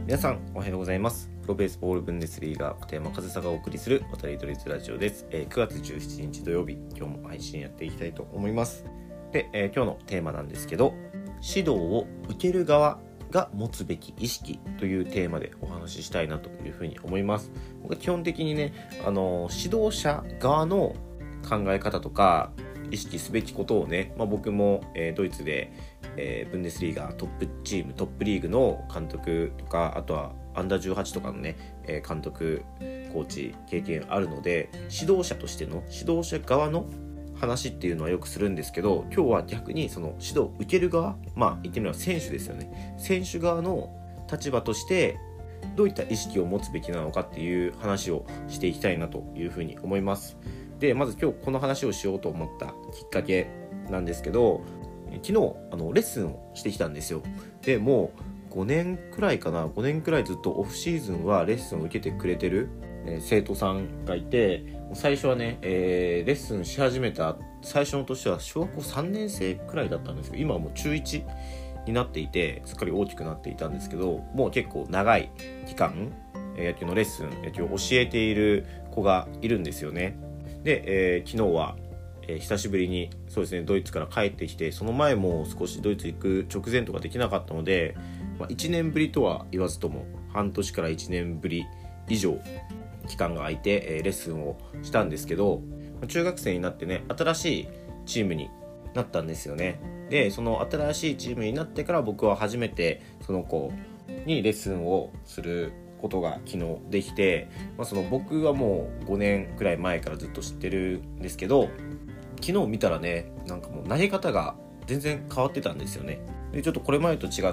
皆さんおはようございます。プロベースボールブンデスリーガ片山和沙がお送りする渡りドリズラジオです。9月17日土曜日、今日も配信やっていきたいと思います。で、今日のテーマなんですけど、指導を受ける側が持つべき意識というテーマでお話ししたいなというふうに思います。僕は基本的にね、指導者側の考え方とか意識すべきことをね、僕も、ドイツで、ブンデスリーガトップチームトップリーグの監督とか、あとはアンダー18とかのね、監督コーチ経験あるので、指導者としての指導者側の話っていうのはよくするんですけど、今日は逆にその指導を受ける側、言ってみれば選手ですよね。選手側の立場としてどういった意識を持つべきなのかっていう話をしていきたいなというふうに思います。で、まず今日この話をしようと思ったきっかけなんですけど、昨日レッスンをしてきたんですよ。で、もう5年くらいずっとオフシーズンはレッスンを受けてくれてる、生徒さんがいて、最初はね、レッスンし始めた最初の年は小学校3年生くらいだったんですけど、今はもう中1になっていて、すっかり大きくなっていたんですけど、もう結構長い期間野球のレッスン、野球を教えている子がいるんですよね。で、昨日は久しぶりにそうですね、ドイツから帰ってきて、その前も少しドイツ行く直前とかできなかったので、1年ぶりとは言わずとも半年から1年ぶり以上期間が空いて、レッスンをしたんですけど、中学生になってね、新しいチームになったんですよね。で、その新しいチームになってから僕は初めてその子にレッスンをすることが昨日できて、その僕はもう5年くらい前からずっと知ってるんですけど、昨日見たらね、なんかもう投げ方が全然変わってたんですよね。で、ちょっとこれまでと違って、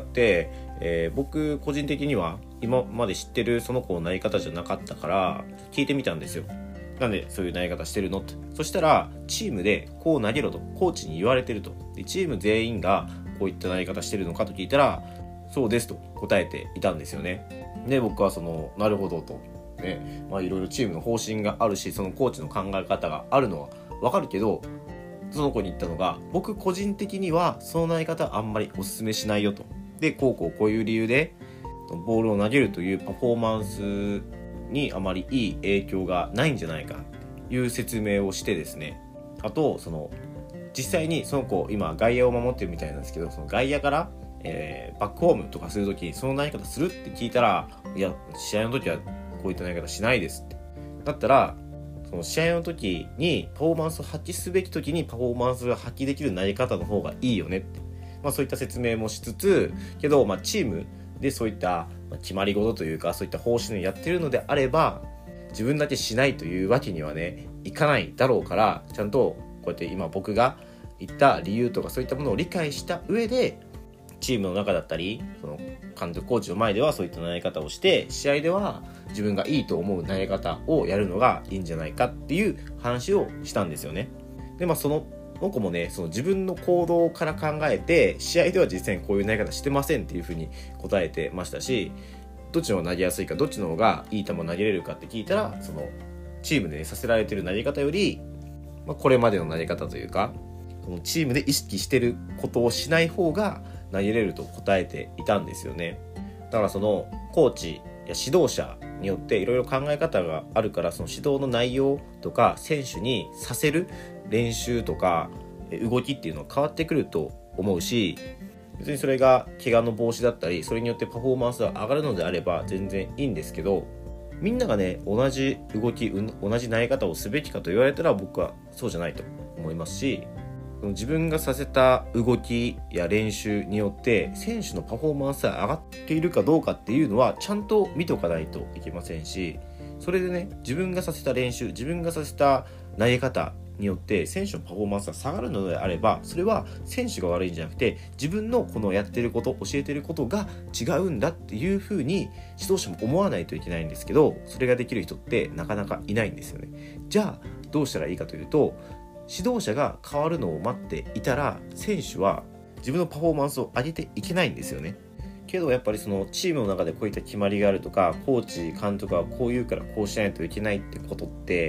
僕個人的には今まで知ってるその子の投げ方じゃなかったから聞いてみたんですよ。なんでそういう投げ方してるのって。そしたらチームでこう投げろとコーチに言われてると。で、チーム全員がこういった投げ方してるのかと聞いたら、そうですと答えていたんですよね。で、僕はなるほどと、ね、いろいろチームの方針があるし、そのコーチの考え方があるのはわかるけど、その子に言ったのが、僕個人的にはその投げ方あんまりお勧めしないよと。で、こういう理由でボールを投げるというパフォーマンスにあまりいい影響がないんじゃないかという説明をしてですね、あと実際にその子今外野を守ってるみたいなんですけど、その外野からバックホームとかするときにその投げ方するって聞いたら、いや試合の時はこういった投げ方しないですって。だったらその試合の時にパフォーマンスを発揮すべき時にパフォーマンスが発揮できる投げ方の方がいいよねって、そういった説明もしつつ、けどチームでそういった決まり事というか、そういった方針をやってるのであれば、自分だけしないというわけにはねいかないだろうから、ちゃんとこうやって今僕が言った理由とかそういったものを理解した上で、チームの中だったりその監督コーチの前ではそういった投げ方をして、試合では自分がいいと思う投げ方をやるのがいいんじゃないかっていう話をしたんですよね。で、その子もね、その自分の行動から考えて、試合では実際にこういう投げ方してませんっていうふうに答えてましたし、どっちの方が投げやすいか、どっちの方がいい球を投げれるかって聞いたら、そのチームで、させられてる投げ方より、これまでの投げ方というか、そのチームで意識してることをしない方が投げれると答えていたんですよね。だからそのコーチや指導者によっていろいろ考え方があるから、その指導の内容とか選手にさせる練習とか動きっていうのは変わってくると思うし、別にそれが怪我の防止だったり、それによってパフォーマンスが上がるのであれば全然いいんですけど、みんながね同じ動き同じ投げ方をすべきかと言われたら、僕はそうじゃないと思いますし、自分がさせた動きや練習によって選手のパフォーマンスが上がっているかどうかっていうのはちゃんと見ておかないといけませんし、それでね、自分がさせた練習、自分がさせた投げ方によって選手のパフォーマンスが下がるのであれば、それは選手が悪いんじゃなくて、自分のこのやってること、教えてることが違うんだっていうふうに指導者も思わないといけないんですけど、それができる人ってなかなかいないんですよね。じゃあどうしたらいいかというと、指導者が変わるのを待っていたら、選手は自分のパフォーマンスを上げていけないんですよね。けどやっぱりそのチームの中でこういった決まりがあるとか、コーチ監督はこう言うからこうしないといけないってことって、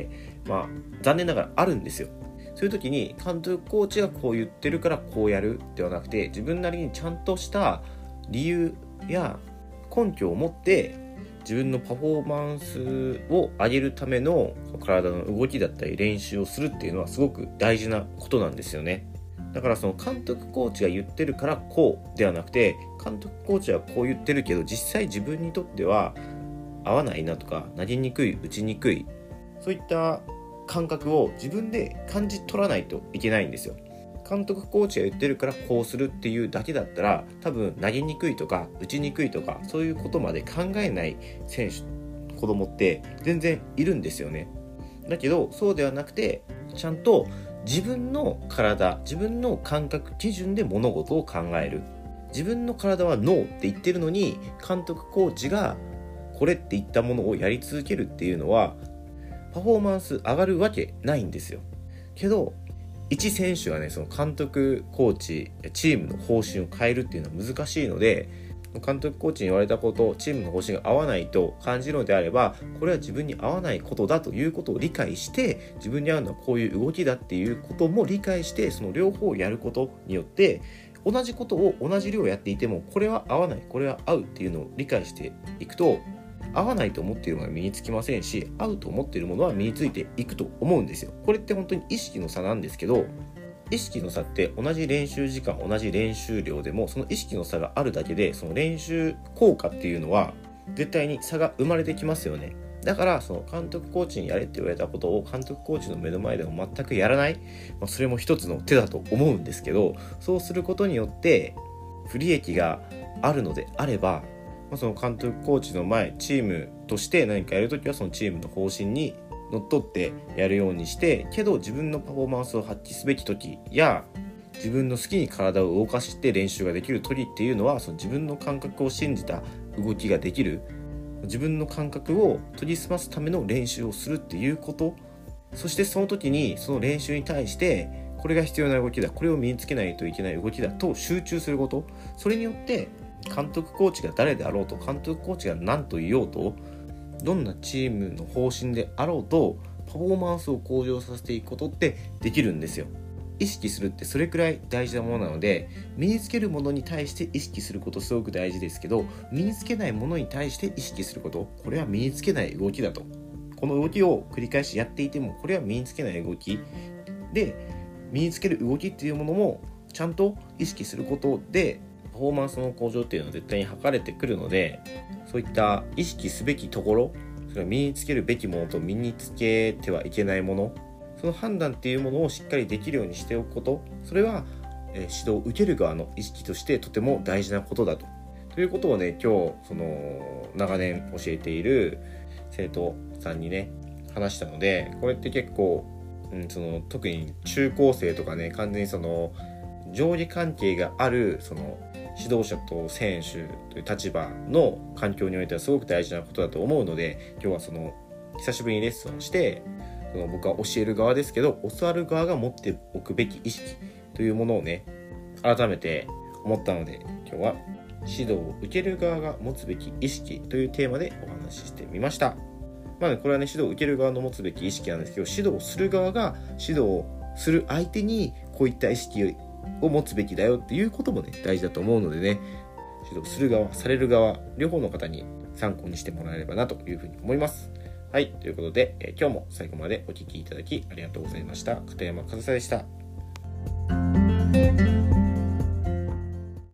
残念ながらあるんですよ。そういう時に監督コーチがこう言ってるからこうやるではなくて、自分なりにちゃんとした理由や根拠を持って自分のパフォーマンスを上げるための体の動きだったり練習をするっていうのはすごく大事なことなんですよね。だからその監督コーチが言ってるからこうではなくて、監督コーチはこう言ってるけど実際自分にとっては合わないなとか、投げにくい、打ちにくい、そういった感覚を自分で感じ取らないといけないんですよ。監督コーチが言ってるからこうするっていうだけだったら、多分投げにくいとか打ちにくいとかそういうことまで考えない選手、子供って全然いるんですよね。だけどそうではなくて、ちゃんと自分の体、自分の感覚基準で物事を考える。自分の体はノーって言ってるのに、監督コーチがこれって言ったものをやり続けるっていうのはパフォーマンス上がるわけないんですよ。けど一選手がね、その監督コーチ、チームの方針を変えるっていうのは難しいので、監督コーチに言われたこと、チームの方針が合わないと感じるのであれば、これは自分に合わないことだということを理解して、自分に合うのはこういう動きだっていうことも理解して、その両方をやることによって、同じことを同じ量やっていても、これは合わない、これは合うっていうのを理解していくと、合わないと思っているものは身につきませんし、合うと思っているものは身についていくと思うんですよ。これって本当に意識の差なんですけど、意識の差って同じ練習時間、同じ練習量でもその意識の差があるだけで、その練習効果っていうのは絶対に差が生まれてきますよね。だからその監督コーチにやれって言われたことを監督コーチの目の前でも全くやらない、それも一つの手だと思うんですけど、そうすることによって不利益があるのであれば、その監督コーチの前、チームとして何かやるときはそのチームの方針にのっとってやるようにして、けど自分のパフォーマンスを発揮すべき時や自分の好きに体を動かして練習ができる時っていうのは、その自分の感覚を信じた動きができる、自分の感覚を研ぎ澄ますための練習をするっていうこと、そしてその時にその練習に対してこれが必要な動きだ、これを身につけないといけない動きだと集中すること、それによって監督コーチが誰であろうと、監督コーチが何と言おうと、どんなチームの方針であろうと、パフォーマンスを向上させていくことってできるんですよ。意識するってそれくらい大事なものなので、身につけるものに対して意識することすごく大事ですけど、身につけないものに対して意識すること、これは身につけない動きだと。この動きを繰り返しやっていても、これは身につけない動きで、身につける動きっていうものもちゃんと意識することでパフォーマンスの向上っていうのは絶対に測れてくるので、そういった意識すべきところ、それは身につけるべきものと身につけてはいけないもの、その判断っていうものをしっかりできるようにしておくこと、それは、指導を受ける側の意識としてとても大事なことだということをね、今日その長年教えている生徒さんにね話したので、これって結構、その特に中高生とかね、完全にその上下関係があるその指導者と選手という立場の環境においてはすごく大事なことだと思うので、今日はその久しぶりにレッスンをして、その僕は教える側ですけど、教わる側が持っておくべき意識というものをね改めて思ったので、今日は指導を受ける側が持つべき意識というテーマでお話ししてみました。これはね、指導を受ける側の持つべき意識なんですけど、指導する側が指導する相手にこういった意識を持つべきだよっていうこともね大事だと思うのでね、指導する側、される側、両方の方に参考にしてもらえればなというふうに思います。はい、ということで、今日も最後までお聞きいただきありがとうございました。片山和沙でした。